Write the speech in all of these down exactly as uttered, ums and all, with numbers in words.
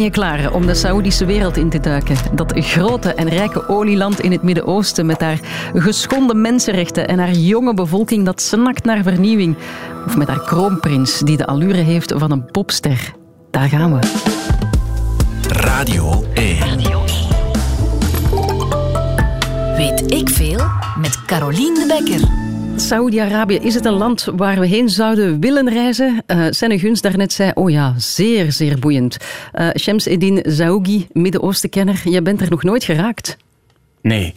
je klaar om de Saoedische wereld in te duiken? Dat grote en rijke olieland in het Midden-Oosten met haar geschonden mensenrechten en haar jonge bevolking dat snakt naar vernieuwing. Of met haar kroonprins die de allure heeft van een popster. Daar gaan we. Radio één. Weet ik veel met Carolien de Bekker. Saoedi-Arabië, is het een land waar we heen zouden willen reizen? Uh, Senne Guns daarnet zei, oh ja, zeer, zeer boeiend. Uh, Shams Eddin Zaougi, Midden-Oostenkenner, jij bent er nog nooit geraakt? Nee.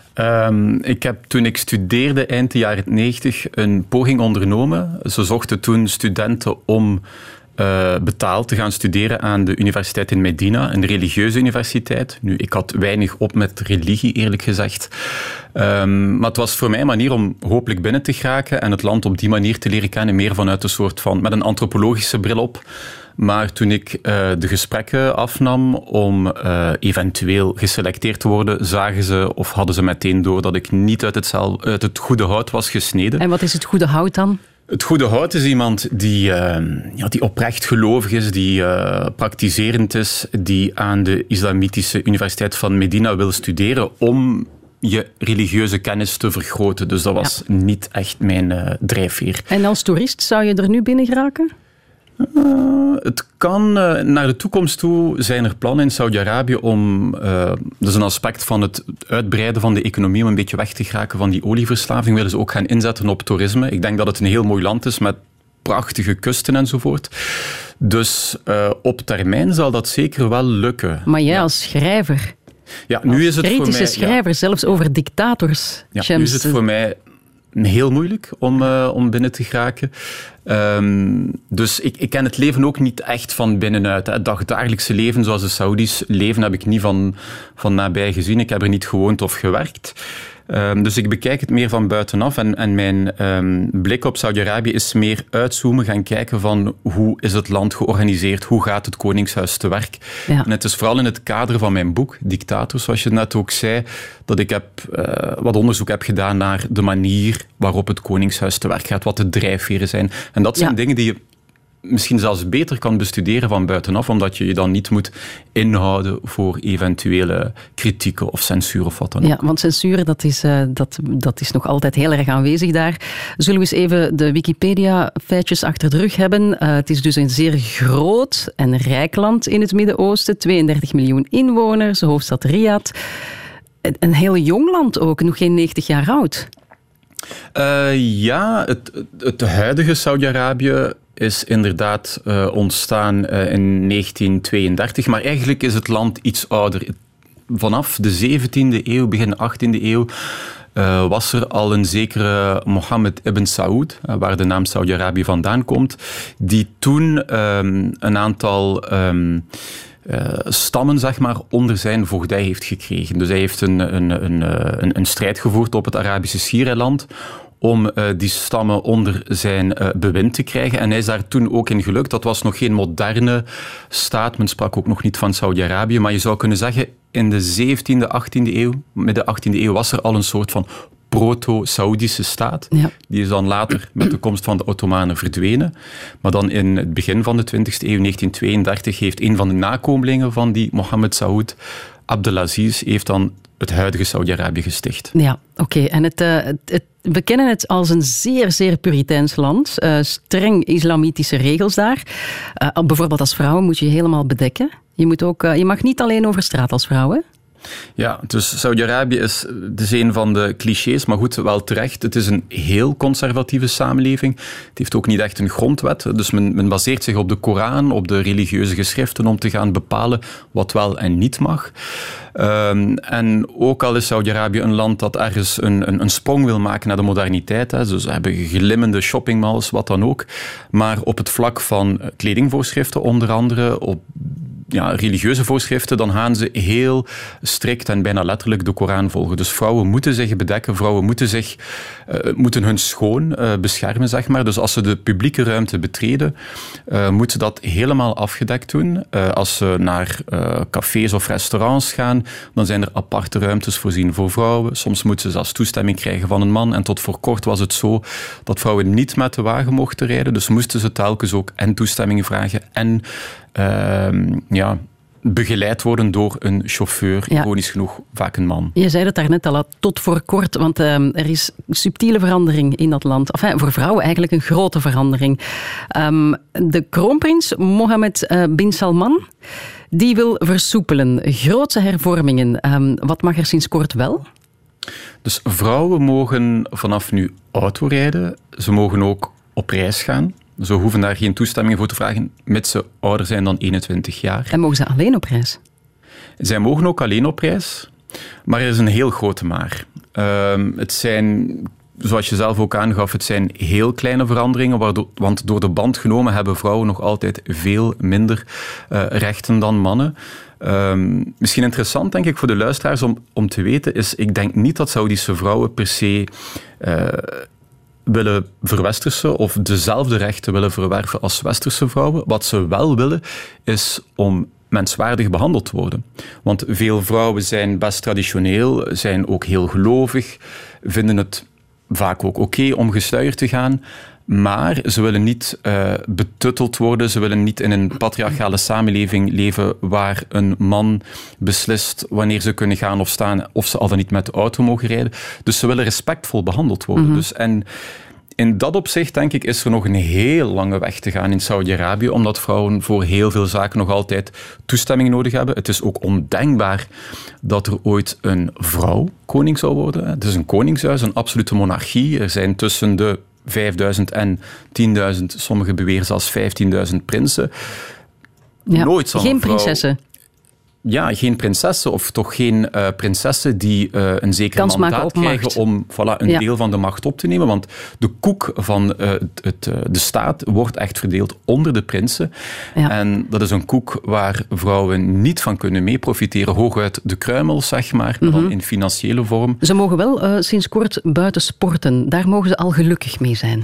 Um, ik heb toen ik studeerde, eind de jaren negentig, een poging ondernomen. Ze zochten toen studenten om uh, betaald te gaan studeren aan de universiteit in Medina, een religieuze universiteit. Nu, ik had weinig op met religie, eerlijk gezegd. Um, maar het was voor mij een manier om hopelijk binnen te geraken en het land op die manier te leren kennen, meer vanuit een soort van, met een antropologische bril op. Maar toen ik uh, de gesprekken afnam om uh, eventueel geselecteerd te worden, zagen ze of hadden ze meteen door dat ik niet uit het, zel, uit het goede hout was gesneden. En wat is het goede hout dan? Het goede hout is iemand die, uh, ja, die oprecht gelovig is, die uh, praktiserend is, die aan de Islamitische Universiteit van Medina wil studeren om je religieuze kennis te vergroten. Dus dat was ja. niet echt mijn uh, drijfveer. En als toerist zou je er nu binnen geraken? Uh, het kan, uh, naar de toekomst toe zijn er plannen in Saudi-Arabië om, uh, dat is een aspect van het uitbreiden van de economie, om een beetje weg te geraken van die olieverslaving, willen ze ook gaan inzetten op toerisme. Ik denk dat het een heel mooi land is met prachtige kusten enzovoort. Dus uh, op termijn zal dat zeker wel lukken. Maar jij ja. als schrijver, ja, nu is het kritische voor mij, schrijver, ja. zelfs over dictators. Ja, nu is het voor mij heel moeilijk om, uh, om binnen te geraken. Um, dus ik, ik ken het leven ook niet echt van binnenuit. Het dagdagelijkse leven zoals de Saoedi's leven heb ik niet van, van nabij gezien. Ik heb er niet gewoond of gewerkt. Um, dus ik bekijk het meer van buitenaf en, en mijn um, blik op Saudi-Arabië is meer uitzoomen, gaan kijken van hoe is het land georganiseerd, hoe gaat het koningshuis te werk. Ja. En het is vooral in het kader van mijn boek, Dictators, zoals je net ook zei, dat ik heb, uh, wat onderzoek heb gedaan naar de manier waarop het koningshuis te werk gaat, wat de drijfveren zijn. En dat zijn ja. dingen die je misschien zelfs beter kan bestuderen van buitenaf, omdat je je dan niet moet inhouden voor eventuele kritieken of censuur of wat dan ook. Ja, want censuur, dat is, uh, dat, dat is nog altijd heel erg aanwezig daar. Zullen we eens even de Wikipedia-feitjes achter de rug hebben? Uh, het is dus een zeer groot en rijk land in het Midden-Oosten. tweeëndertig miljoen inwoners, hoofdstad Riyadh. Een heel jong land ook, nog geen negentig jaar oud. Uh, ja, het, het huidige Saudi-Arabië is inderdaad uh, ontstaan uh, in negentien tweeëndertig, maar eigenlijk is het land iets ouder. Vanaf de zeventiende eeuw, begin achttiende eeuw, uh, was er al een zekere Mohammed ibn Saud, uh, waar de naam Saudi-Arabië vandaan komt, die toen um, een aantal Um, Uh, stammen, zeg maar, onder zijn voogdij heeft gekregen. Dus hij heeft een, een, een, een, een strijd gevoerd op het Arabische Schiereiland om uh, die stammen onder zijn uh, bewind te krijgen. En hij is daar toen ook in gelukt. Dat was nog geen moderne staat. Men sprak ook nog niet van Saudi-Arabië. Maar je zou kunnen zeggen, in de zeventiende, achttiende eeuw, midden achttiende eeuw, was er al een soort van proto-Saoedische staat. Ja. Die is dan later met de komst van de Ottomanen verdwenen. Maar dan in het begin van de twintigste eeuw, negentien tweeëndertig, heeft een van de nakomelingen van die Mohammed Saoud, Abdelaziz, heeft dan het huidige Saudi-Arabië gesticht. Ja, oké. Okay. En het, uh, het, het, we kennen het als een zeer, zeer puriteins land. Uh, streng islamitische regels daar. Uh, bijvoorbeeld als vrouw moet je je helemaal bedekken. Je, moet ook, uh, je mag niet alleen over straat als vrouw, hè? Ja, dus Saudi-Arabië is, is een van de clichés, maar goed, wel terecht. Het is een heel conservatieve samenleving. Het heeft ook niet echt een grondwet. Dus men, men baseert zich op de Koran, op de religieuze geschriften, om te gaan bepalen wat wel en niet mag. Um, en ook al is Saudi-Arabië een land dat ergens een, een, een sprong wil maken naar de moderniteit. Hè. Dus ze hebben glimmende shoppingmalls, wat dan ook. Maar op het vlak van kledingvoorschriften onder andere, op ja, religieuze voorschriften, dan gaan ze heel strikt en bijna letterlijk de Koran volgen. Dus vrouwen moeten zich bedekken, vrouwen moeten, zich, uh, moeten hun schoon uh, beschermen, zeg maar. Dus als ze de publieke ruimte betreden, uh, moeten ze dat helemaal afgedekt doen. Uh, als ze naar uh, cafés of restaurants gaan, dan zijn er aparte ruimtes voorzien voor vrouwen. Soms moeten ze zelfs toestemming krijgen van een man. En tot voor kort was het zo dat vrouwen niet met de wagen mochten rijden. Dus moesten ze telkens ook en toestemming vragen en Uh, ja, begeleid worden door een chauffeur, Ja. ironisch genoeg vaak een man. Je zei het daarnet al, tot voor kort, want uh, er is subtiele verandering in dat land. Enfin, voor vrouwen eigenlijk een grote verandering. Um, de kroonprins Mohammed uh, bin Salman, die wil versoepelen. Grootse hervormingen. Um, wat mag er sinds kort wel? Dus vrouwen mogen vanaf nu auto rijden. Ze mogen ook op reis gaan. Ze hoeven daar geen toestemming voor te vragen, mits ze ouder zijn dan eenentwintig jaar. En mogen ze alleen op reis? Zij mogen ook alleen op reis, maar er is een heel grote maar. Uh, het zijn, zoals je zelf ook aangaf, het zijn heel kleine veranderingen, waardoor, want door de band genomen hebben vrouwen nog altijd veel minder uh, rechten dan mannen. Um, misschien interessant, denk ik, voor de luisteraars om, om te weten, is, ik denk niet dat Saoedische vrouwen per se Uh, willen verwestersen of dezelfde rechten willen verwerven als westerse vrouwen. Wat ze wel willen, is om menswaardig behandeld te worden. Want veel vrouwen zijn best traditioneel, zijn ook heel gelovig, vinden het vaak ook oké okay om gesluierd te gaan, maar ze willen niet uh, betutteld worden, ze willen niet in een patriarchale samenleving leven waar een man beslist wanneer ze kunnen gaan of staan, of ze al dan niet met de auto mogen rijden. Dus ze willen respectvol behandeld worden. Mm-hmm. Dus, en in dat opzicht, denk ik, is er nog een heel lange weg te gaan in Saudi-Arabië, omdat vrouwen voor heel veel zaken nog altijd toestemming nodig hebben. Het is ook ondenkbaar dat er ooit een vrouw koning zou worden. Het is een koningshuis, een absolute monarchie. Er zijn tussen de vijfduizend en tienduizend, sommigen beweren zelfs vijftienduizend prinsen. Ja, Nooit zal geen een vrouw, prinsessen. Ja, geen prinsessen, of toch geen uh, prinsessen die uh, een zeker Kans mandaat krijgen macht. om voilà, een ja. deel van de macht op te nemen. Want de koek van uh, het, uh, de staat wordt echt verdeeld onder de prinsen. Ja. En dat is een koek waar vrouwen niet van kunnen mee profiteren. Hooguit de kruimels, zeg maar, mm-hmm. dan in financiële vorm. Ze mogen wel uh, sinds kort buiten sporten. Daar mogen ze al gelukkig mee zijn.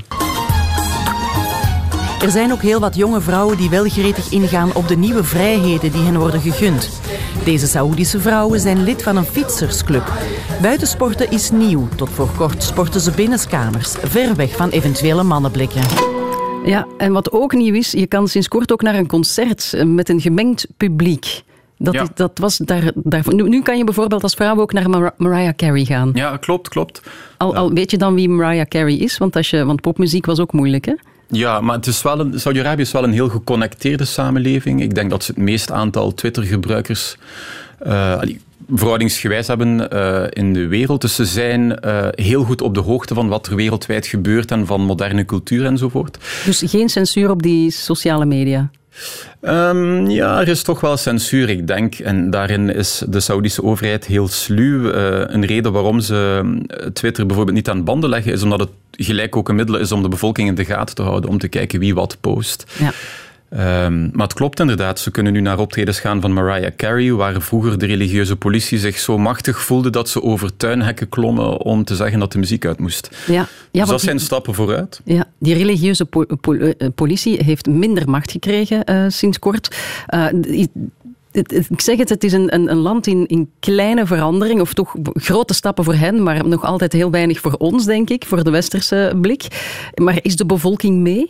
Er zijn ook heel wat jonge vrouwen die wel gretig ingaan op de nieuwe vrijheden die hen worden gegund. Deze Saoedische vrouwen zijn lid van een fietsersclub. Buitensporten is nieuw. Tot voor kort sporten ze binnenskamers, ver weg van eventuele mannenblikken. Ja, en wat ook nieuw is, je kan sinds kort ook naar een concert met een gemengd publiek. Dat, ja. is, dat was daar, daar, nu, nu kan je bijvoorbeeld als vrouw ook naar Mar- Mariah Carey gaan. Ja, klopt, klopt. Al, al weet je dan wie Mariah Carey is? Want, als je, want popmuziek was ook moeilijk, hè? Ja, maar het is wel een, Saudi-Arabië is wel een heel geconnecteerde samenleving. Ik denk dat ze het meest aantal Twitter-gebruikers uh, verhoudingsgewijs hebben uh, in de wereld. Dus ze zijn uh, heel goed op de hoogte van wat er wereldwijd gebeurt en van moderne cultuur enzovoort. Dus geen censuur op die sociale media? Um, ja, er is toch wel censuur, ik denk. En daarin is de Saoedische overheid heel sluw. Uh, een reden waarom ze Twitter bijvoorbeeld niet aan banden leggen, is omdat het gelijk ook een middel is om de bevolking in de gaten te houden, om te kijken wie wat post. Ja. Um, maar het klopt inderdaad. Ze kunnen nu naar optredens gaan van Mariah Carey, waar vroeger de religieuze politie zich zo machtig voelde dat ze over tuinhekken klommen om te zeggen dat de muziek uit moest. Ja. Ja, dus dat die, zijn stappen vooruit. Ja, die religieuze po- po- politie heeft minder macht gekregen uh, sinds kort. Uh, Ik zeg het, het is een, een, een land in, in kleine verandering, of toch grote stappen voor hen, maar nog altijd heel weinig voor ons, denk ik, voor de westerse blik. Maar is de bevolking mee?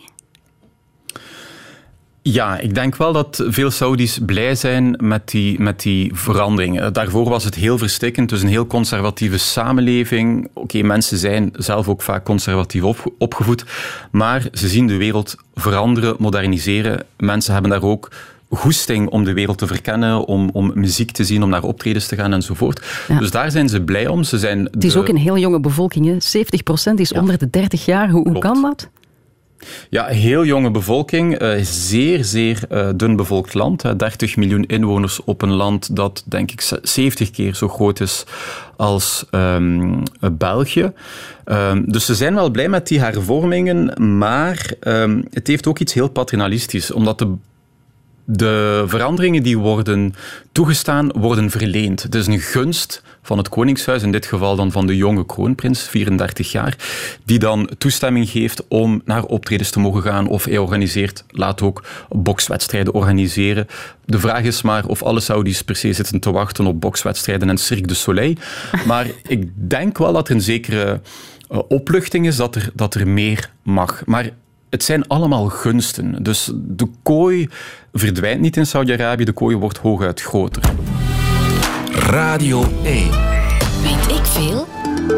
Ja, ik denk wel dat veel Saudis blij zijn met die, met die verandering. Daarvoor was het heel verstikkend, dus een heel conservatieve samenleving. Oké, okay, mensen zijn zelf ook vaak conservatief op, opgevoed, maar ze zien de wereld veranderen, moderniseren. Mensen hebben daar ook goesting om de wereld te verkennen, om, om muziek te zien, om naar optredens te gaan enzovoort. Ja. Dus daar zijn ze blij om. Ze zijn het is de... ook een heel jonge bevolking, hè? zeventig procent is ja. onder de dertig jaar. Hoe, hoe kan dat? Ja, heel jonge bevolking, uh, zeer, zeer uh, dun bevolkt land. Hè. dertig miljoen inwoners op een land dat, denk ik, zeventig keer zo groot is als um, België. Um, dus ze zijn wel blij met die hervormingen, maar um, het heeft ook iets heel paternalistisch, omdat de De veranderingen die worden toegestaan, worden verleend. Het is een gunst van het koningshuis, in dit geval dan van de jonge kroonprins, vierendertig jaar, die dan toestemming geeft om naar optredens te mogen gaan, of hij organiseert, laat ook bokswedstrijden organiseren. De vraag is maar of alle Saudis per se zitten te wachten op bokswedstrijden en Cirque du Soleil. Maar ik denk wel dat er een zekere uh, opluchting is dat er, dat er meer mag. Maar het zijn allemaal gunsten. Dus de kooi verdwijnt niet in Saudi-Arabië, de kooi wordt hooguit groter. Radio één. Weet ik veel?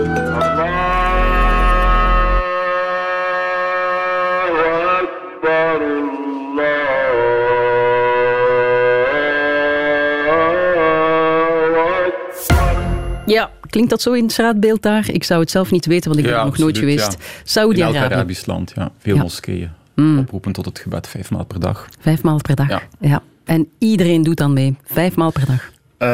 Ja, klinkt dat zo in het straatbeeld daar? Ik zou het zelf niet weten, want ik ben ja, er nog nooit geweest. Ja. Saudi-Arabië. In elk Arabisch land, ja. Veel ja. moskeeën. Mm. Oproepen tot het gebed vijf maal per dag. Vijf maal per dag, ja. ja. En iedereen doet dan mee, vijf maal per dag.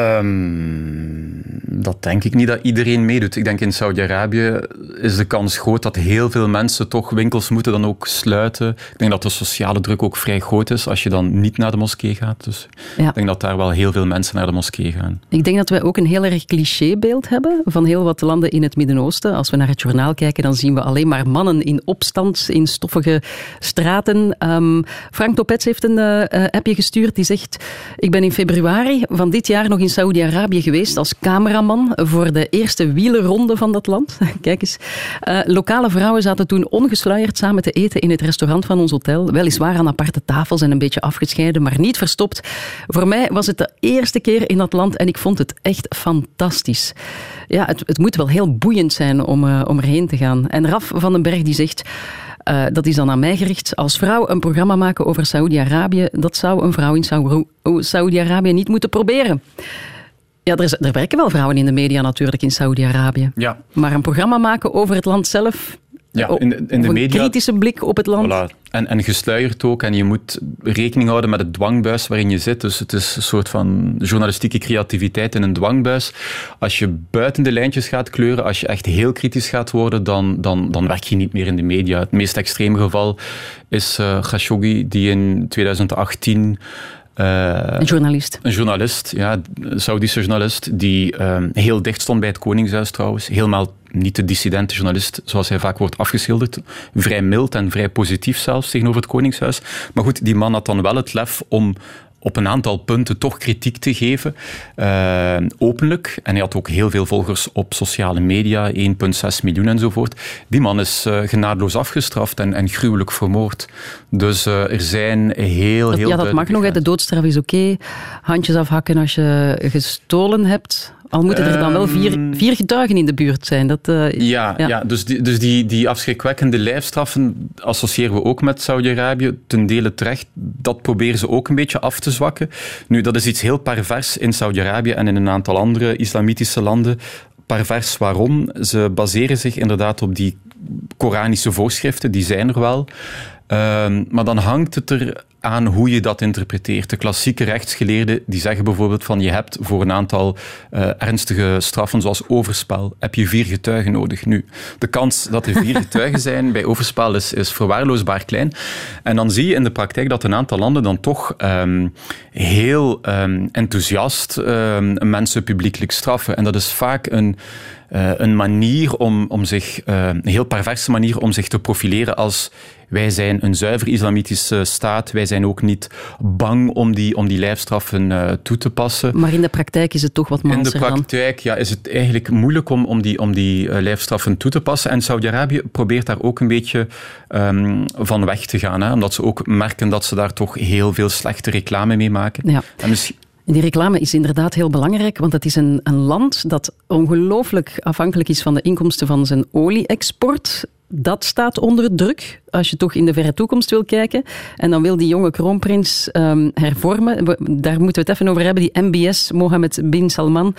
Um, dat denk ik niet dat iedereen meedoet. Ik denk in Saudi-Arabië is de kans groot dat heel veel mensen toch winkels moeten dan ook sluiten. Ik denk dat de sociale druk ook vrij groot is als je dan niet naar de moskee gaat. Dus ja. ik denk dat daar wel heel veel mensen naar de moskee gaan. Ik denk dat wij ook een heel erg clichébeeld hebben van heel wat landen in het Midden-Oosten. Als we naar het journaal kijken, dan zien we alleen maar mannen in opstand, in stoffige straten. Um, Frank Topets heeft een uh, appje gestuurd die zegt: ik ben in februari van dit jaar nog in Saudi-Arabië geweest als cameraman voor de eerste wielerronde van dat land. Kijk eens. Uh, lokale vrouwen zaten toen ongesluierd samen te eten in het restaurant van ons hotel. Weliswaar aan aparte tafels en een beetje afgescheiden, maar niet verstopt. Voor mij was het de eerste keer in dat land en ik vond het echt fantastisch. Ja, het, het moet wel heel boeiend zijn om, uh, om erheen te gaan. En Raf van den Berg die zegt: Uh, dat is dan aan mij gericht. Als vrouw een programma maken over Saudi-Arabië, dat zou een vrouw in Saudi-Arabië niet moeten proberen. Ja, er, is, er werken wel vrouwen in de media natuurlijk in Saudi-Arabië. Ja. Maar een programma maken over het land zelf, ja, in de, in de een media, kritische blik op het land. Voilà. En, en gesluierd ook. En je moet rekening houden met het dwangbuis waarin je zit. Dus het is een soort van journalistieke creativiteit in een dwangbuis. Als je buiten de lijntjes gaat kleuren, als je echt heel kritisch gaat worden, dan, dan, dan werk je niet meer in de media. Het meest extreme geval is uh, Khashoggi, die in twintig achttien... Uh, een journalist. Een journalist, ja, een Saoedische journalist, die uh, heel dicht stond bij het Koningshuis trouwens. Helemaal niet de dissidente journalist, zoals hij vaak wordt afgeschilderd. Vrij mild en vrij positief zelfs tegenover het Koningshuis. Maar goed, die man had dan wel het lef om op een aantal punten toch kritiek te geven, uh, openlijk. En hij had ook heel veel volgers op sociale media, één komma zes miljoen enzovoort. Die man is uh, genadeloos afgestraft en, en gruwelijk vermoord. Dus uh, er zijn heel, dat, heel... Ja, dat mag nog, hè. De doodstraf is oké. Okay. Handjes afhakken als je gestolen hebt. Al moeten er dan wel vier, vier getuigen in de buurt zijn. Dat, uh, ja, ja. ja, dus, die, dus die, die afschrikwekkende lijfstraffen associëren we ook met Saudi-Arabië. Ten dele terecht. Dat proberen ze ook een beetje af te zwakken. Nu, dat is iets heel pervers in Saudi-Arabië en in een aantal andere islamitische landen. Pervers waarom? Ze baseren zich inderdaad op die Koranische voorschriften. Die zijn er wel. Uh, maar dan hangt het er aan hoe je dat interpreteert. De klassieke rechtsgeleerden die zeggen bijvoorbeeld van je hebt voor een aantal uh, ernstige straffen zoals overspel, heb je vier getuigen nodig. Nu, de kans dat er vier getuigen zijn bij overspel is, is verwaarloosbaar klein. En dan zie je in de praktijk dat een aantal landen dan toch um, heel um, enthousiast um, mensen publiekelijk straffen. En dat is vaak een Uh, een manier om, om zich, uh, een heel perverse manier om zich te profileren als wij zijn een zuiver islamitische staat, wij zijn ook niet bang om die, om die lijfstraffen uh, toe te passen. Maar in de praktijk is het toch wat malser. In de praktijk ja, is het eigenlijk moeilijk om, om die, om die uh, lijfstraffen toe te passen. En Saudi-Arabië probeert daar ook een beetje um, van weg te gaan, hè, omdat ze ook merken dat ze daar toch heel veel slechte reclame mee maken. Ja. En misschien... Die reclame is inderdaad heel belangrijk, want het is een, een land dat ongelooflijk afhankelijk is van de inkomsten van zijn olie-export. Dat staat onder druk, als je toch in de verre toekomst wil kijken. En dan wil die jonge kroonprins um, hervormen. Daar moeten we het even over hebben, die M B S, Mohammed bin Salman.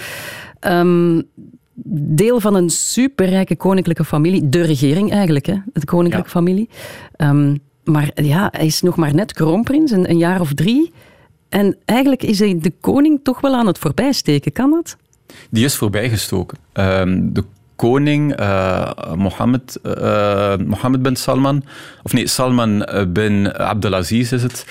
Um, deel van een superrijke koninklijke familie. De regering eigenlijk, hè? De koninklijke ja. familie. Um, maar ja, hij is nog maar net kroonprins, een, een jaar of drie. En eigenlijk is hij de koning toch wel aan het voorbijsteken. Kan dat? Die is voorbijgestoken. Um, de koning, uh, Mohammed, uh, Mohammed bin Salman, of nee, Salman bin Abdelaziz is het.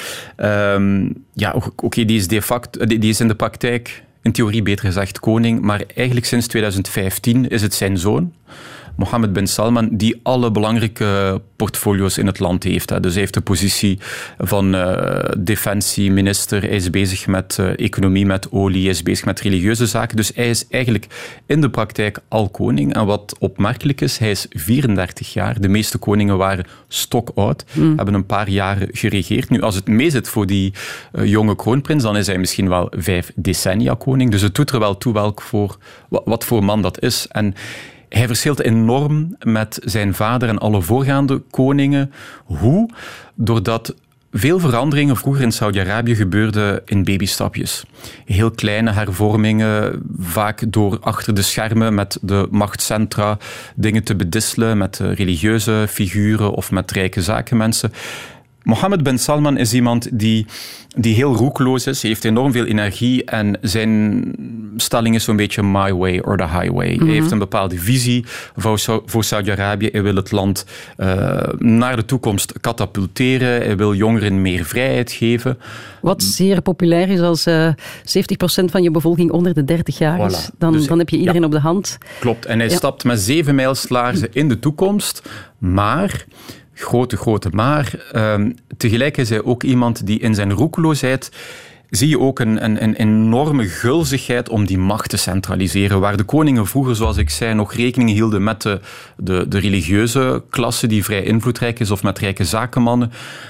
Um, ja, oké, okay, die is de facto, die, die is in de praktijk, in theorie beter gezegd, koning, maar eigenlijk sinds twintig vijftien is het zijn zoon. Mohammed bin Salman, die alle belangrijke portfolio's in het land heeft. Hè. Dus hij heeft de positie van uh, defensieminister, hij is bezig met uh, economie, met olie, hij is bezig met religieuze zaken. Dus hij is eigenlijk in de praktijk al koning. En wat opmerkelijk is, hij is vierendertig jaar. De meeste koningen waren stokoud, mm. hebben een paar jaren geregeerd. Nu, als het meezit voor die uh, jonge kroonprins, dan is hij misschien wel vijf decennia koning. Dus het doet er wel toe welk voor, wat voor man dat is. En hij verschilt enorm met zijn vader en alle voorgaande koningen. Hoe? Doordat veel veranderingen vroeger in Saudi-Arabië gebeurden in babystapjes. Heel kleine hervormingen, vaak door achter de schermen met de machtscentra dingen te bedisselen met religieuze figuren of met rijke zakenmensen. Mohammed bin Salman is iemand die, die heel roekeloos is. Hij heeft enorm veel energie en zijn stelling is zo'n beetje my way or the highway. Mm-hmm. Hij heeft een bepaalde visie voor, voor Saudi-Arabië. Hij wil het land uh, naar de toekomst katapulteren. Hij wil jongeren meer vrijheid geven. Wat zeer populair is als uh, zeventig procent van je bevolking onder de dertig jaar voilà. is. Dan, dus, dan heb je iedereen ja, op de hand. Klopt. En hij ja. stapt met zeven mijlslaarzen in de toekomst. Maar... Grote, grote maar. Um, tegelijk is hij ook iemand die in zijn roekeloosheid... zie je ook een, een, een enorme gulzigheid om die macht te centraliseren. Waar de koningen vroeger, zoals ik zei, nog rekening hielden met de, de, de religieuze klasse die vrij invloedrijk is of met rijke zakenmannen.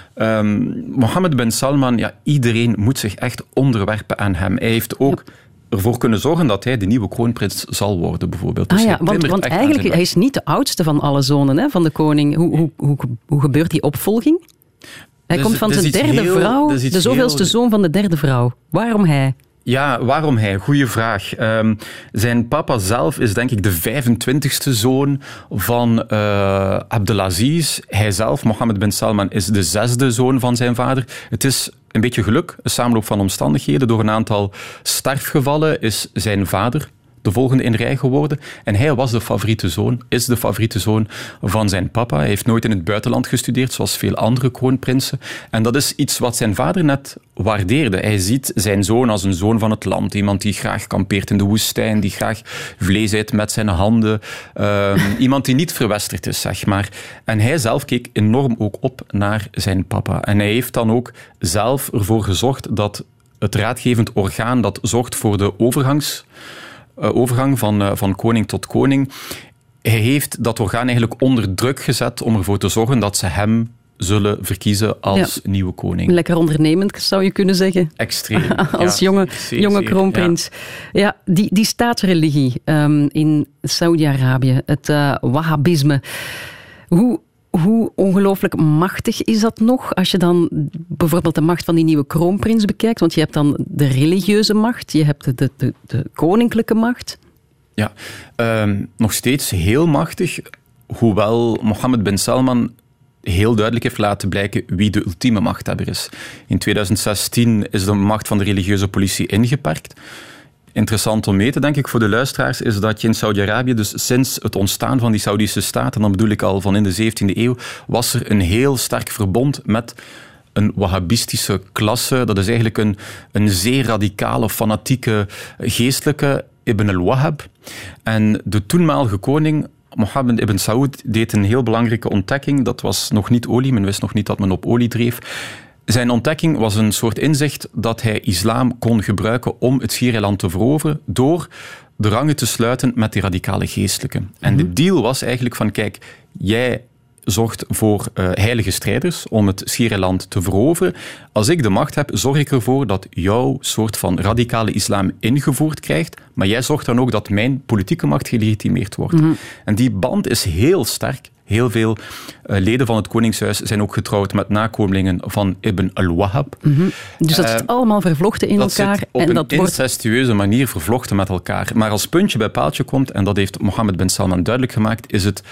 Um, Mohammed bin Salman, ja, iedereen moet zich echt onderwerpen aan hem. Hij heeft ook... Ja. ervoor kunnen zorgen dat hij de nieuwe kroonprins zal worden, bijvoorbeeld. Dus ah ja, want, want eigenlijk, hij is niet de oudste van alle zonen hè, van de koning. Hoe, hoe, hoe, hoe gebeurt die opvolging? Hij dus, komt van zijn derde heel, vrouw, de zoveelste heel... zoon van de derde vrouw. Waarom hij? Ja, waarom hij? Goeie vraag. Um, zijn papa zelf is denk ik de vijfentwintigste zoon van uh, Abdelaziz. Hij zelf, Mohammed bin Salman, is de zesde zoon van zijn vader. Het is een beetje geluk, een samenloop van omstandigheden. Door een aantal sterfgevallen is zijn vader de volgende in rij geworden. En hij was de favoriete zoon, is de favoriete zoon van zijn papa. Hij heeft nooit in het buitenland gestudeerd, zoals veel andere kroonprinsen. En dat is iets wat zijn vader net waardeerde. Hij ziet zijn zoon als een zoon van het land. Iemand die graag kampeert in de woestijn, die graag vlees eet met zijn handen. Uh, iemand die niet verwesterd is, zeg maar. En hij zelf keek enorm ook op naar zijn papa. En hij heeft dan ook zelf ervoor gezorgd dat het raadgevend orgaan dat zorgt voor de overgangs... Uh, overgang van, uh, van koning tot koning. Hij heeft dat orgaan eigenlijk onder druk gezet om ervoor te zorgen dat ze hem zullen verkiezen als ja. nieuwe koning. Lekker ondernemend, zou je kunnen zeggen. Extreem. als ja, jonge, zeer, jonge zeer, kroonprins. Ja, ja die, die staatsreligie um, in Saudi-Arabië, het uh, Wahhabisme. Hoe... Hoe ongelooflijk machtig is dat nog? Als je dan bijvoorbeeld de macht van die nieuwe kroonprins bekijkt, want je hebt dan de religieuze macht, je hebt de, de, de koninklijke macht. Ja, um, nog steeds heel machtig, hoewel Mohammed bin Salman heel duidelijk heeft laten blijken wie de ultieme machthebber is. In tweeduizend zestien is de macht van de religieuze politie ingeperkt. Interessant om mee te denken voor de luisteraars is dat je in Saudi-Arabië, dus sinds het ontstaan van die Saoedische staat, en dan bedoel ik al van in de zeventiende eeuw, was er een heel sterk verbond met een wahhabistische klasse. Dat is eigenlijk een, een zeer radicale, fanatieke geestelijke, Ibn al-Wahhab. En de toenmalige koning, Mohammed ibn Saud, deed een heel belangrijke ontdekking. Dat was nog niet olie, men wist nog niet dat men op olie dreef. Zijn ontdekking was een soort inzicht dat hij islam kon gebruiken om het Schiereiland te veroveren door de rangen te sluiten met die radicale geestelijken. En de deal was eigenlijk van, kijk, jij zorgt voor uh, heilige strijders om het Schiereiland te veroveren. Als ik de macht heb, zorg ik ervoor dat jouw soort van radicale islam ingevoerd krijgt, maar jij zorgt dan ook dat mijn politieke macht gelegitimeerd wordt. Mm-hmm. En die band is heel sterk. Heel veel uh, leden van het Koningshuis zijn ook getrouwd met nakomelingen van Ibn al-Wahhab. Mm-hmm. Dus dat uh, zit allemaal vervlochten in dat elkaar. Zit op en een dat incestueuze wordt... manier vervlochten met elkaar. Maar als puntje bij paaltje komt, en dat heeft Mohammed bin Salman duidelijk gemaakt, is het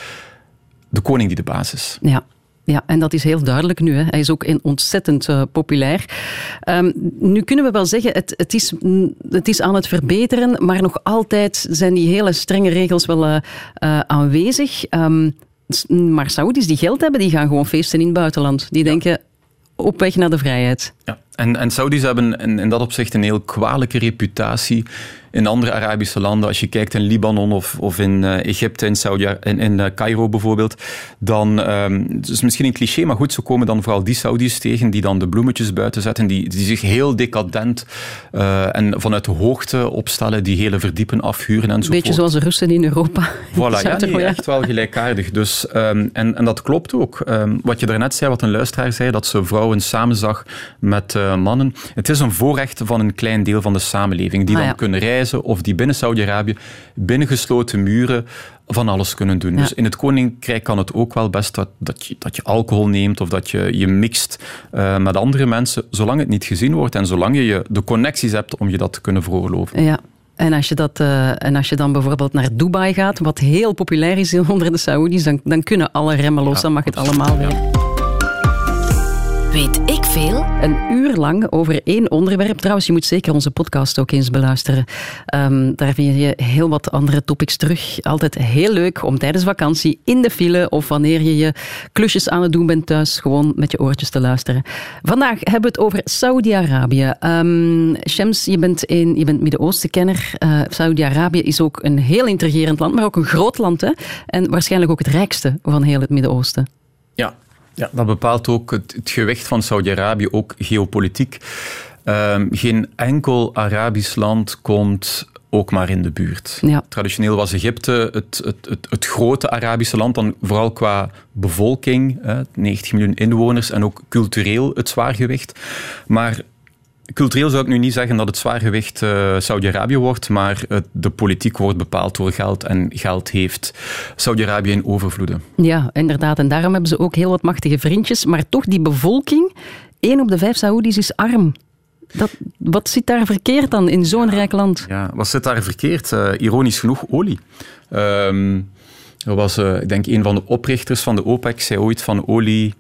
de koning die de baas is. Ja. Ja, en dat is heel duidelijk nu. Hè. Hij is ook ontzettend uh, populair. Um, nu kunnen we wel zeggen, het, het, is, het is aan het verbeteren, maar nog altijd zijn die hele strenge regels wel uh, uh, aanwezig. Um, maar Saoedi's die geld hebben, die gaan gewoon feesten in het buitenland. Die denken, ja, op weg naar de vrijheid. Ja, en, en Saoedi's hebben in, in dat opzicht een heel kwalijke reputatie in andere Arabische landen, als je kijkt in Libanon of, of in uh, Egypte, in, Saudi, in, in uh, Cairo bijvoorbeeld, dan, um, het is misschien een cliché, maar goed, zo komen dan vooral die Saudis tegen die dan de bloemetjes buiten zetten, die, die zich heel decadent uh, en vanuit de hoogte opstellen, die hele verdiepen afhuren enzovoort. Beetje zoals de Russen in Europa. Voilà, ja, nee, echt wel gelijkaardig. Dus, um, en, en dat klopt ook. Um, wat je daarnet zei, wat een luisteraar zei, dat ze vrouwen samenzag met uh, mannen. Het is een voorrecht van een klein deel van de samenleving, die ah, dan ja. kunnen reizen of die binnen Saudi-Arabië, binnen gesloten muren, van alles kunnen doen. Ja. Dus in het Koninkrijk kan het ook wel best dat, dat, je, dat je alcohol neemt of dat je je mixt uh, met andere mensen, zolang het niet gezien wordt en zolang je de connecties hebt om je dat te kunnen veroorloven. Ja. En als, je dat, uh, en als je dan bijvoorbeeld naar Dubai gaat, wat heel populair is onder de Saoedi's, dan, dan kunnen alle remmen los, ja, dan mag het allemaal weer. Ja. Weet ik veel? Een uur lang over één onderwerp. Trouwens, je moet zeker onze podcast ook eens beluisteren. Um, daar vind je heel wat andere topics terug. Altijd heel leuk om tijdens vakantie in de file of wanneer je je klusjes aan het doen bent thuis, gewoon met je oortjes te luisteren. Vandaag hebben we het over Saudi-Arabië. Um, Shams, je bent, in, je bent Midden-Oosten-kenner. Uh, Saudi-Arabië is ook een heel intrigerend land, maar ook een groot land. Hè? En waarschijnlijk ook het rijkste van heel het Midden-Oosten. Ja. Ja, dat bepaalt ook het, het gewicht van Saudi-Arabië, ook geopolitiek. Um, geen enkel Arabisch land komt ook maar in de buurt. Ja. Traditioneel was Egypte het, het, het, het grote Arabische land, dan vooral qua bevolking, hè, negentig miljoen inwoners, en ook cultureel het zwaargewicht. Maar cultureel zou ik nu niet zeggen dat het zwaargewicht uh, Saudi-Arabië wordt, maar uh, de politiek wordt bepaald door geld en geld heeft Saudi-Arabië in overvloede. Ja, inderdaad. En daarom hebben ze ook heel wat machtige vriendjes. Maar toch, die bevolking, één op de vijf Saoedi's is arm. Dat, wat zit daar verkeerd dan in zo'n ja, rijk land? Ja, wat zit daar verkeerd? Uh, ironisch genoeg, olie. Um, er was, uh, ik denk, een van de oprichters van de OPEC zei ooit van olie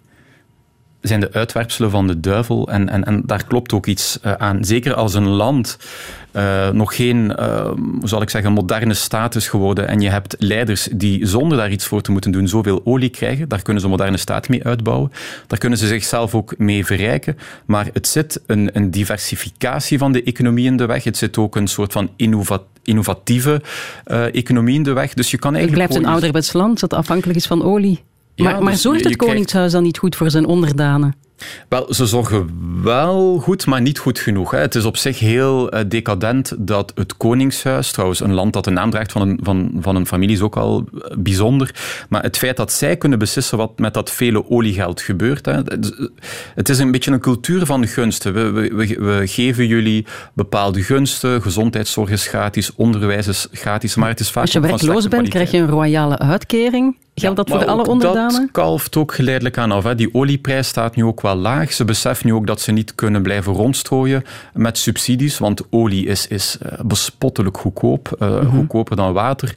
zijn de uitwerpselen van de duivel. En, en, en daar klopt ook iets uh, aan. Zeker als een land uh, nog geen, uh, hoe zal ik zeggen, moderne staat is geworden en je hebt leiders die zonder daar iets voor te moeten doen zoveel olie krijgen, daar kunnen ze een moderne staat mee uitbouwen. Daar kunnen ze zichzelf ook mee verrijken. Maar het zit een, een diversificatie van de economie in de weg. Het zit ook een soort van innovat, innovatieve uh, economie in de weg. Dus je kan eigenlijk het blijft een ouderwets land dat afhankelijk is van olie. Ja, maar, maar dus zorgt het Koningshuis krijgt... dan niet goed voor zijn onderdanen? Wel, ze zorgen wel goed, maar niet goed genoeg. Hè. Het is op zich heel uh, decadent dat het Koningshuis, trouwens een land dat de naam draagt van een, van, van een familie, is ook al bijzonder, maar het feit dat zij kunnen beslissen wat met dat vele oliegeld gebeurt. Hè. Het is een beetje een cultuur van gunsten. We, we, we geven jullie bepaalde gunsten, gezondheidszorg is gratis, onderwijs is gratis, maar het is vaak als je werkloos bent, krijg je een royale uitkering. Geldt dat ja, voor alle onderdanen? Dat kalft ook geleidelijk aan af. Hè. Die olieprijs staat nu ook wel laag. Ze beseffen nu ook dat ze niet kunnen blijven rondstrooien met subsidies, want olie is, is bespottelijk goedkoop, uh, mm-hmm. goedkoper dan water.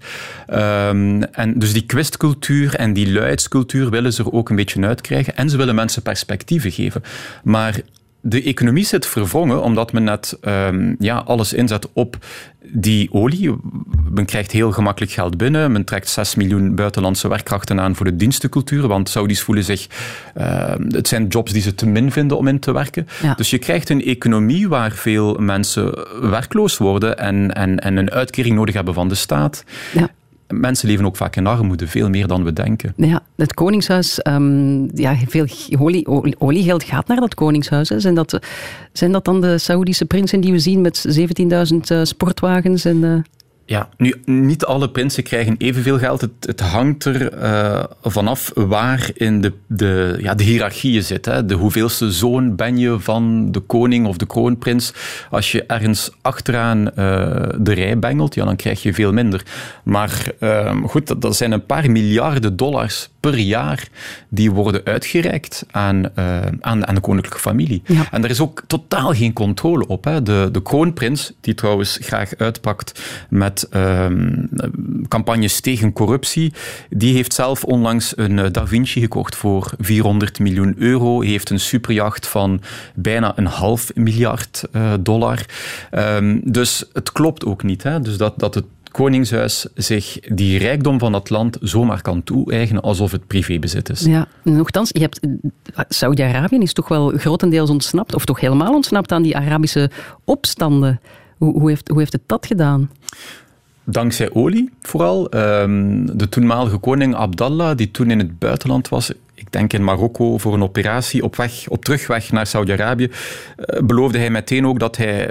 Um, en dus die kwistcultuur en die luidscultuur willen ze er ook een beetje uitkrijgen en ze willen mensen perspectieven geven. Maar de economie zit verwrongen omdat men net um, ja, alles inzet op die olie. Men krijgt heel gemakkelijk geld binnen. Men trekt zes miljoen buitenlandse werkkrachten aan voor de dienstencultuur, want Saudis voelen zich... Uh, het zijn jobs die ze te min vinden om in te werken. Ja. Dus je krijgt een economie waar veel mensen werkloos worden en, en, en een uitkering nodig hebben van de staat. Ja. Mensen leven ook vaak in armoede, veel meer dan we denken. Ja, het Koningshuis, um, ja, veel olie, oliegeld gaat naar dat Koningshuis. Hè. Zijn, dat, zijn dat dan de Saoedische prinsen die we zien met zeventienduizend uh, sportwagens en... Uh... Ja, nu, niet alle prinsen krijgen evenveel geld. Het, het hangt er uh, vanaf waar in de, de, ja, de hiërarchie je zit. Hè. De hoeveelste zoon ben je van de koning of de kroonprins. Als je ergens achteraan uh, de rij bengelt, ja, dan krijg je veel minder. Maar uh, goed, dat, dat zijn een paar miljarden dollars per jaar die worden uitgereikt aan, uh, aan, aan de koninklijke familie. Ja. En er is ook totaal geen controle op. Hè. De, de kroonprins, die trouwens graag uitpakt met Um, campagnes tegen corruptie. Die heeft zelf onlangs een uh, Da Vinci gekocht voor vierhonderd miljoen euro. Heeft een superjacht van bijna een half miljard uh, dollar. Um, dus het klopt ook niet. Hè? Dus dat, dat het Koningshuis zich die rijkdom van dat land zomaar kan toe-eigenen alsof het privébezit is. Ja, nochtans, je hebt, Saudi-Arabië is toch wel grotendeels ontsnapt, of toch helemaal ontsnapt aan die Arabische opstanden. Hoe, hoe, heeft, hoe heeft het dat gedaan? Dankzij olie vooral. De toenmalige koning Abdallah, die toen in het buitenland was, ik denk in Marokko, voor een operatie op, weg, op terugweg naar Saudi-Arabië, beloofde hij meteen ook dat hij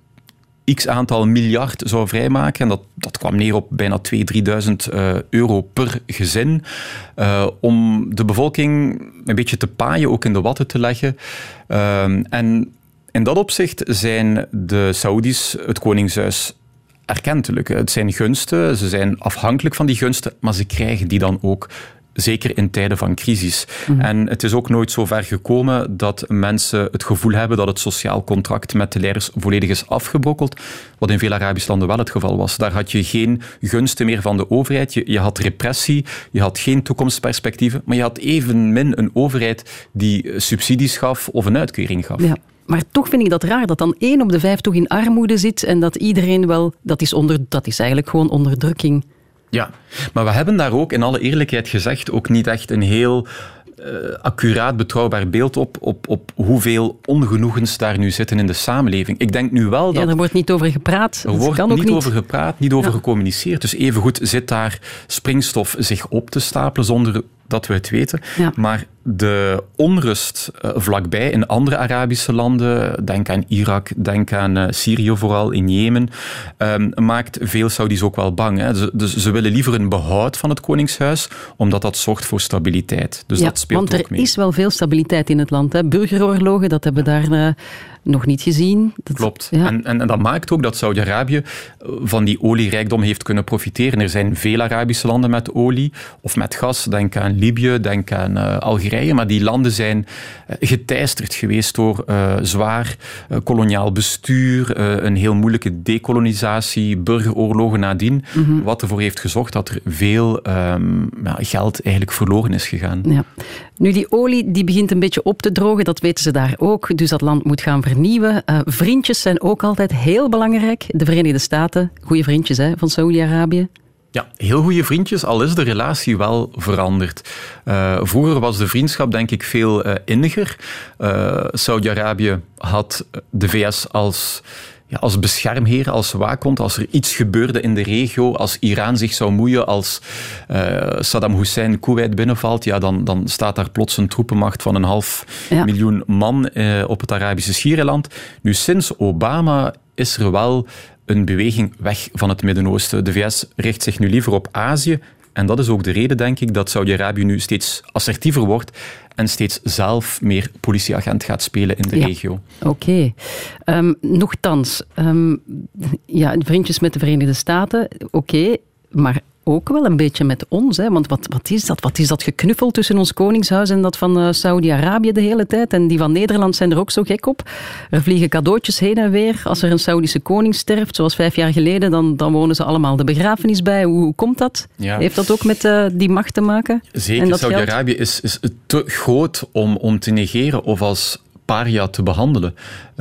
x aantal miljard zou vrijmaken. En dat, dat kwam neer op bijna tweeduizend, drieduizend uh, euro per gezin. Uh, om de bevolking een beetje te paaien, ook in de watten te leggen. Uh, en in dat opzicht zijn de Saoedi's, het koningshuis, erkentelijk. Het zijn gunsten, ze zijn afhankelijk van die gunsten, maar ze krijgen die dan ook. Zeker in tijden van crisis. Mm-hmm. En het is ook nooit zo ver gekomen dat mensen het gevoel hebben dat het sociaal contract met de leiders volledig is afgebrokkeld, wat in veel Arabische landen wel het geval was. Daar had je geen gunsten meer van de overheid. Je, je had repressie, je had geen toekomstperspectieven, maar je had evenmin een overheid die subsidies gaf of een uitkering gaf. Ja. Maar toch vind ik dat raar, dat dan één op de vijf toch in armoede zit en dat iedereen wel... Dat is, onder, dat is eigenlijk gewoon onderdrukking. Ja, maar we hebben daar ook in alle eerlijkheid gezegd ook niet echt een heel uh, accuraat, betrouwbaar beeld op, op, op hoeveel ongenoegens daar nu zitten in de samenleving. Ik denk nu wel dat... Ja, er wordt niet over gepraat. Er wordt kan ook niet, niet over gepraat, niet over ja. gecommuniceerd. Dus evengoed zit daar springstof zich op te stapelen zonder dat we het weten. Ja. Maar de onrust uh, vlakbij in andere Arabische landen, denk aan Irak, denk aan uh, Syrië vooral, in Jemen, um, maakt veel Saudis ook wel bang. Hè. Ze, dus ze willen liever een behoud van het koningshuis, omdat dat zorgt voor stabiliteit. Dus ja, dat speelt want ook mee. Er is wel veel stabiliteit in het land. Hè. Burgeroorlogen, dat hebben we daar uh, nog niet gezien. Dat, Klopt. Ja. En, en, en dat maakt ook dat Saudi-Arabië van die olierijkdom heeft kunnen profiteren. Er zijn veel Arabische landen met olie of met gas. Denk aan Libië, denk aan uh, Algerije. Maar die landen zijn uh, geteisterd geweest door uh, zwaar uh, koloniaal bestuur, uh, een heel moeilijke dekolonisatie, burgeroorlogen nadien. Mm-hmm. Wat ervoor heeft gezorgd dat er veel um, ja, geld eigenlijk verloren is gegaan. Ja. Nu, die olie die begint een beetje op te drogen, dat weten ze daar ook. Dus dat land moet gaan vernieuwen. Uh, vriendjes zijn ook altijd heel belangrijk. De Verenigde Staten, goede vriendjes hè, van Saudi-Arabië. Ja, heel goede vriendjes, al is de relatie wel veranderd. Uh, vroeger was de vriendschap denk ik veel uh, inniger. Uh, Saudi-Arabië had de V S als... Ja, als beschermheer, als waakhond, als er iets gebeurde in de regio, als Iran zich zou moeien, als uh, Saddam Hussein Kuwait binnenvalt, ja, dan, dan staat daar plots een troepenmacht van een half ja. miljoen man uh, op het Arabische Schiereiland. Nu, sinds Obama is er wel een beweging weg van het Midden-Oosten. De V S richt zich nu liever op Azië. En dat is ook de reden, denk ik, dat Saudi-Arabië nu steeds assertiever wordt en steeds zelf meer politieagent gaat spelen in de ja. regio. Oké. Okay. Um, nochtans, um, ja, vriendjes met de Verenigde Staten, oké, okay, maar ook wel een beetje met ons. Hè? Want wat, wat is dat? Wat is dat geknuffel tussen ons koningshuis en dat van uh, Saudi-Arabië de hele tijd? En die van Nederland zijn er ook zo gek op. Er vliegen cadeautjes heen en weer. Als er een Saudische koning sterft, zoals vijf jaar geleden, dan, dan wonen ze allemaal de begrafenis bij. Hoe, hoe komt dat? Ja. Heeft dat ook met uh, die macht te maken? Zeker, Saudi-Arabië is, is te groot om, om te negeren of als paria te behandelen.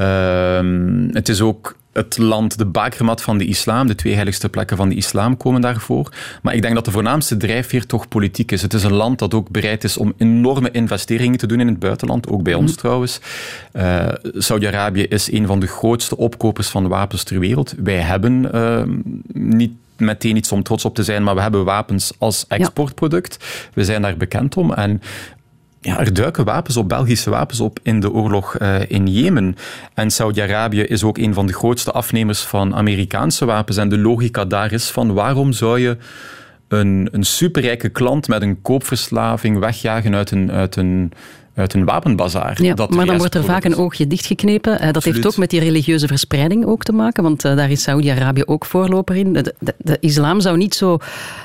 Uh, het is ook... Het land, de bakermat van de islam, de twee heiligste plekken van de islam komen daarvoor. Maar ik denk dat de voornaamste drijfveer toch politiek is. Het is een land dat ook bereid is om enorme investeringen te doen in het buitenland, ook bij ons trouwens. Uh, Saudi-Arabië is een van de grootste opkopers van wapens ter wereld. Wij hebben uh, niet meteen iets om trots op te zijn, maar we hebben wapens als exportproduct. We zijn daar bekend om en ja, er duiken wapens op, Belgische wapens op in de oorlog uh, in Jemen. En Saudi-Arabië is ook een van de grootste afnemers van Amerikaanse wapens. En de logica daar is van waarom zou je een, een superrijke klant met een koopverslaving wegjagen uit een, uit een, uit een wapenbazaar? Ja, dat maar dan wordt er vaak een oogje dichtgeknepen. Dat Absoluut. Heeft ook met die religieuze verspreiding ook te maken, want uh, daar is Saudi-Arabië ook voorloper in. De, de, de islam zou niet zo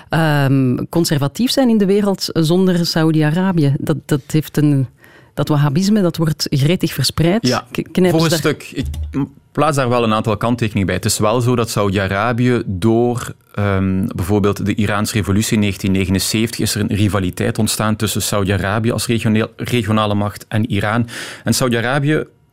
um, conservatief zijn in de wereld zonder Saudi-Arabië. Dat, dat heeft een... Dat wahhabisme, dat wordt gretig verspreid. Ja, voor een daar... stuk. Ik plaats daar wel een aantal kanttekeningen bij. Het is wel zo dat Saudi-Arabië door um, bijvoorbeeld de Iraanse revolutie in negentien negenenzeventig is er een rivaliteit ontstaan tussen Saudi-Arabië als regionale macht en Iran. En Saudi-Arabië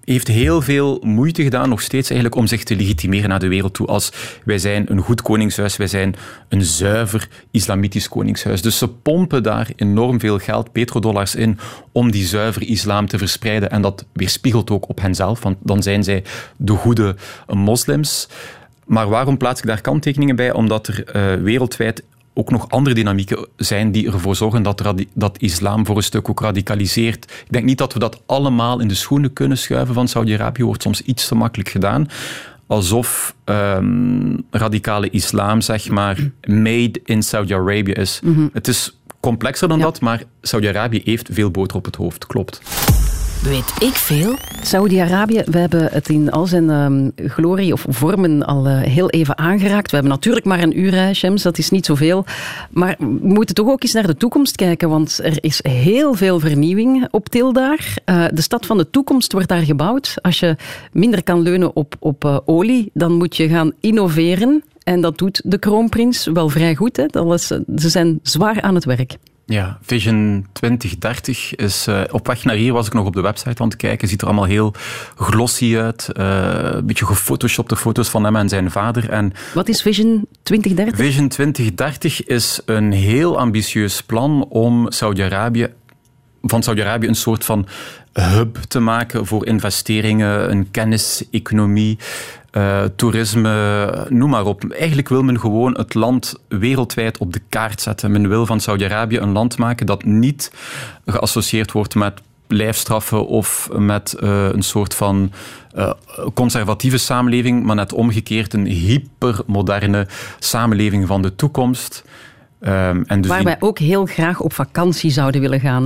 heeft heel veel moeite gedaan, nog steeds eigenlijk, om zich te legitimeren naar de wereld toe. Als wij zijn een goed koningshuis, wij zijn een zuiver islamitisch koningshuis. Dus ze pompen daar enorm veel geld, petrodollars in, om die zuiver islam te verspreiden. En dat weerspiegelt ook op henzelf, want dan zijn zij de goede moslims. Maar waarom plaats ik daar kanttekeningen bij? Omdat er uh, wereldwijd ook nog andere dynamieken zijn die ervoor zorgen dat, radi- dat islam voor een stuk ook radicaliseert. Ik denk niet dat we dat allemaal in de schoenen kunnen schuiven van Saudi-Arabië. Wordt soms iets te makkelijk gedaan. Alsof um, radicale islam, zeg maar, made in Saudi-Arabië is. Mm-hmm. Het is complexer dan ja. dat, maar Saudi-Arabië heeft veel boter op het hoofd, klopt. Weet ik veel? Saudi-Arabië, we hebben het in al zijn um, glorie of vormen al uh, heel even aangeraakt. We hebben natuurlijk maar een uur, hè, Shams, dat is niet zoveel. Maar we moeten toch ook eens naar de toekomst kijken, want er is heel veel vernieuwing op til daar. Uh, de stad van de toekomst wordt daar gebouwd. Als je minder kan leunen op, op uh, olie, dan moet je gaan innoveren. En dat doet de kroonprins wel vrij goed. Hè? Dat is, ze zijn zwaar aan het werk. Ja, Vision twintig dertig is... Uh, op weg naar hier was ik nog op de website aan het kijken. Ziet er allemaal heel glossy uit. Uh, een beetje gefotoshopte foto's van hem en zijn vader. En wat is Vision twintig dertig? Vision twintig dertig is een heel ambitieus plan om Saudi-Arabië... van Saudi-Arabië een soort van hub te maken voor investeringen, een kenniseconomie... Uh, toerisme, noem maar op. Eigenlijk wil men gewoon het land wereldwijd op de kaart zetten. Men wil van Saudi-Arabië een land maken dat niet geassocieerd wordt met lijfstraffen of met uh, een soort van uh, conservatieve samenleving, maar net omgekeerd een hypermoderne samenleving van de toekomst. Um, en dus Waar die... wij ook heel graag op vakantie zouden willen gaan.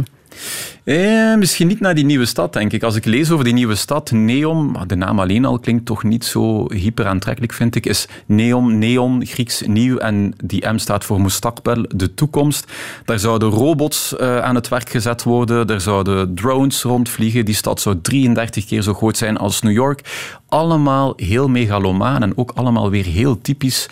Eh, misschien niet naar die nieuwe stad, denk ik. Als ik lees over die nieuwe stad, Neom, de naam alleen al klinkt toch niet zo hyper aantrekkelijk, vind ik, is Neom, Neon, Grieks nieuw, en die M staat voor Mustaqbal, de toekomst. Daar zouden robots uh, aan het werk gezet worden, er zouden drones rondvliegen, die stad zou drieëndertig keer zo groot zijn als New York. Allemaal heel megalomaan en ook allemaal weer heel typisch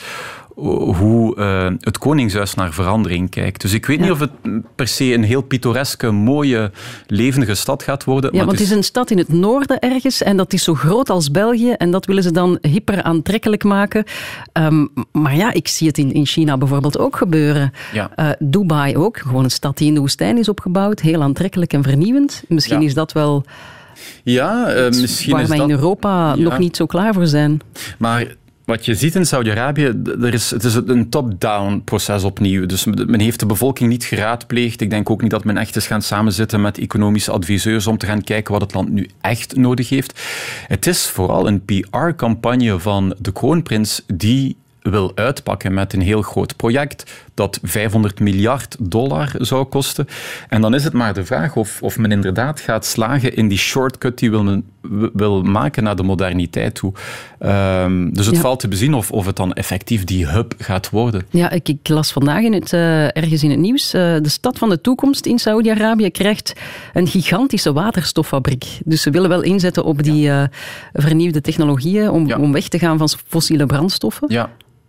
hoe uh, het Koningshuis naar verandering kijkt. Dus ik weet ja. niet of het per se een heel pittoreske, mooie, levendige stad gaat worden. Ja, maar want het is... het is een stad in het noorden ergens en dat is zo groot als België en dat willen ze dan hyper aantrekkelijk maken. Um, maar ja, ik zie het in, in China bijvoorbeeld ook gebeuren. Ja. Uh, Dubai ook, gewoon een stad die in de woestijn is opgebouwd, heel aantrekkelijk en vernieuwend. Misschien ja. is dat wel ja, uh, misschien waar is wij dat... in Europa ja. nog niet zo klaar voor zijn. Maar... Wat je ziet in Saudi-Arabië, er is, het is een top-down proces opnieuw. Dus men heeft de bevolking niet geraadpleegd. Ik denk ook niet dat men echt is gaan samenzitten met economische adviseurs om te gaan kijken wat het land nu echt nodig heeft. Het is vooral een P R-campagne van de kroonprins die wil uitpakken met een heel groot project dat vijfhonderd miljard dollar zou kosten. En dan is het maar de vraag of, of men inderdaad gaat slagen in die shortcut die wil men wil maken naar de moderniteit toe. Um, dus het ja. valt te bezien of, of het dan effectief die hub gaat worden. Ja, ik, ik las vandaag in het, uh, ergens in het nieuws, uh, de stad van de toekomst in Saudi-Arabië krijgt een gigantische waterstoffabriek. Dus ze willen wel inzetten op die uh, vernieuwde technologieën om, ja. om weg te gaan van fossiele brandstoffen. Ja.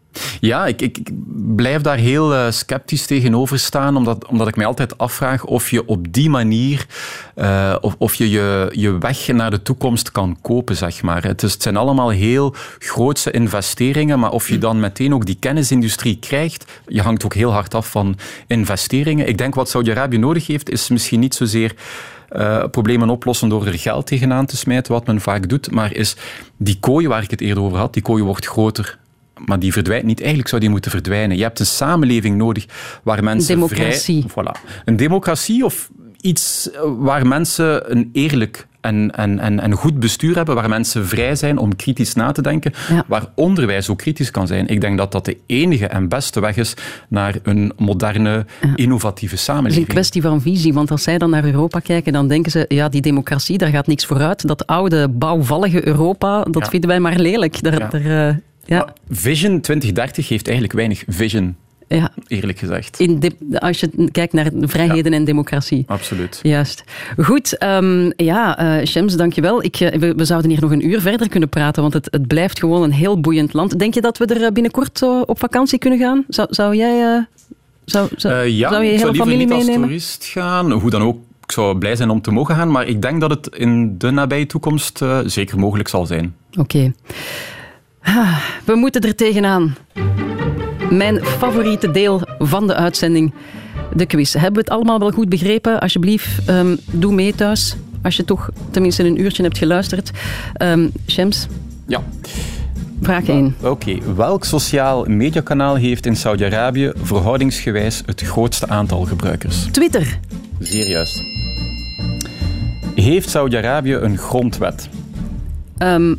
Ja, ik, ik blijf daar heel uh, sceptisch tegenover staan, omdat, omdat ik mij altijd afvraag of je op die manier uh, of, of je, je je weg naar de toekomst kan kopen, zeg maar. Het, is, het zijn allemaal heel grootse investeringen, maar of je dan meteen ook die kennisindustrie krijgt, je hangt ook heel hard af van investeringen. Ik denk wat Saudi-Arabië nodig heeft, is misschien niet zozeer Uh, problemen oplossen door er geld tegenaan te smijten, wat men vaak doet, maar is die kooi waar ik het eerder over had, die kooi wordt groter. Maar die verdwijnt niet. Eigenlijk zou die moeten verdwijnen. Je hebt een samenleving nodig waar mensen democratie. vrij... Voilà. Een democratie of iets waar mensen een eerlijk en, en, en, en goed bestuur hebben, waar mensen vrij zijn om kritisch na te denken, ja. waar onderwijs ook kritisch kan zijn. Ik denk dat dat de enige en beste weg is naar een moderne, ja. innovatieve samenleving. Het is een kwestie van visie, want als zij dan naar Europa kijken, dan denken ze, ja, die democratie, daar gaat niks vooruit. Dat oude, bouwvallige Europa, dat ja. vinden wij maar lelijk. Daar, ja. daar, uh, ja. Vision twintig dertig heeft eigenlijk weinig vision. Ja. Eerlijk gezegd. In de, als je kijkt naar vrijheden ja. en democratie. Absoluut. Juist. Goed, um, ja, uh, Shams, dankjewel. Ik, uh, we, we zouden hier nog een uur verder kunnen praten, want het, het blijft gewoon een heel boeiend land. Denk je dat we er binnenkort uh, op vakantie kunnen gaan? Zou, zou jij... Uh, zou, zou, uh, ja, zou je ik hele zou liever familie niet meenemen? als toerist gaan. Hoe dan ook ik zou blij zijn om te mogen gaan, maar ik denk dat het in de nabije toekomst uh, zeker mogelijk zal zijn. Oké. Okay. Ah, we moeten er tegenaan. Mijn favoriete deel van de uitzending, de quiz. Hebben we het allemaal wel goed begrepen? Alsjeblieft, um, doe mee thuis. Als je toch tenminste een uurtje hebt geluisterd. Um, Shams? Ja. Vraag één. Oké. Okay. Welk sociaal mediakanaal heeft in Saudi-Arabië verhoudingsgewijs het grootste aantal gebruikers? Twitter. Zeer juist. Heeft Saudi-Arabië een grondwet? Um,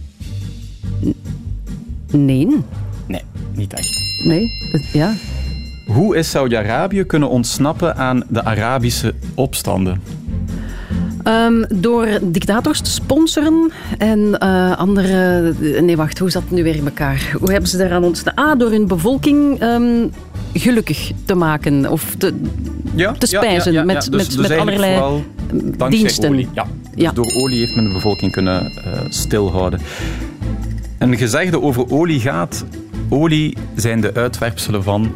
nee. Nee, niet echt. Nee, het, ja. Hoe is Saudi-Arabië kunnen ontsnappen aan de Arabische opstanden? Um, door dictators te sponsoren en uh, andere... Nee, wacht, hoe zat het nu weer in elkaar? Hoe hebben ze daaraan ontsnappen? Ah, door hun bevolking um, gelukkig te maken of te, ja, te spijzen ja, ja, ja, met, ja. Dus, met, dus met allerlei diensten. Olie. Ja, dus ja. Door olie heeft men de bevolking kunnen uh, stilhouden. Een gezegde over olie gaat... Olie zijn de uitwerpselen van...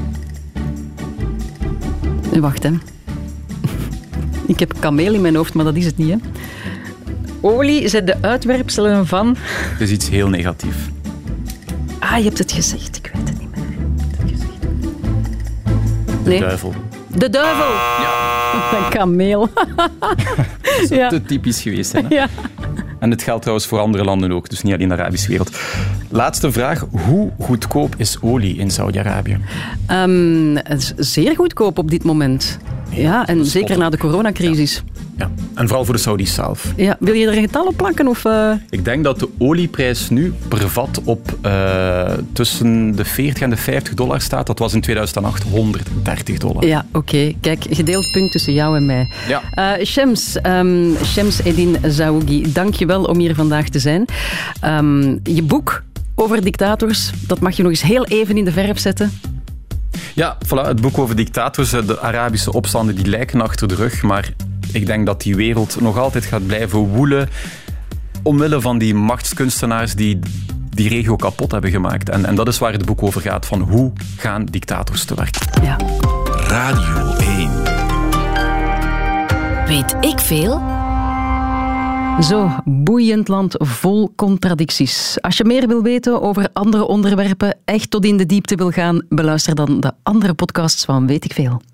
Wacht, hè. Ik heb kameel in mijn hoofd, maar dat is het niet, hè. Olie zijn de uitwerpselen van... Het is iets heel negatief. Ah, je hebt het gezegd. Ik weet het niet meer. Het gezegd. Nee. De duivel. De duivel! Ah, ja. Een kameel. Dat is ja. te typisch geweest zijn, hè? Ja. En het geldt trouwens voor andere landen ook, dus niet alleen de Arabische wereld. Laatste vraag. Hoe goedkoop is olie in Saudi-Arabië? Um, zeer goedkoop op dit moment. Ja, en zeker na de coronacrisis. Ja. Ja, en vooral voor de Saudis zelf. Ja, wil je er een getal op plakken? Of, uh... Ik denk dat de olieprijs nu per vat op uh, tussen de veertig en de vijftig dollar staat. Dat was in tweeduizend acht honderddertig dollar. Ja, oké. Okay. Kijk, gedeeld punt tussen jou en mij. Ja. Uh, Shams, um, Shams Eddin Zaougi, dank je wel om hier vandaag te zijn. Um, je boek over dictators, dat mag je nog eens heel even in de verf zetten. Ja, voilà, het boek over dictators, de Arabische opstanden, die lijken achter de rug, maar ik denk dat die wereld nog altijd gaat blijven woelen omwille van die machtskunstenaars die die regio kapot hebben gemaakt. En, en dat is waar het boek over gaat, van hoe gaan dictators te werk. Ja. Radio één. Weet ik veel? Zo, boeiend land vol contradicties. Als je meer wil weten over andere onderwerpen, echt tot in de diepte wil gaan, beluister dan de andere podcasts van Weet ik veel.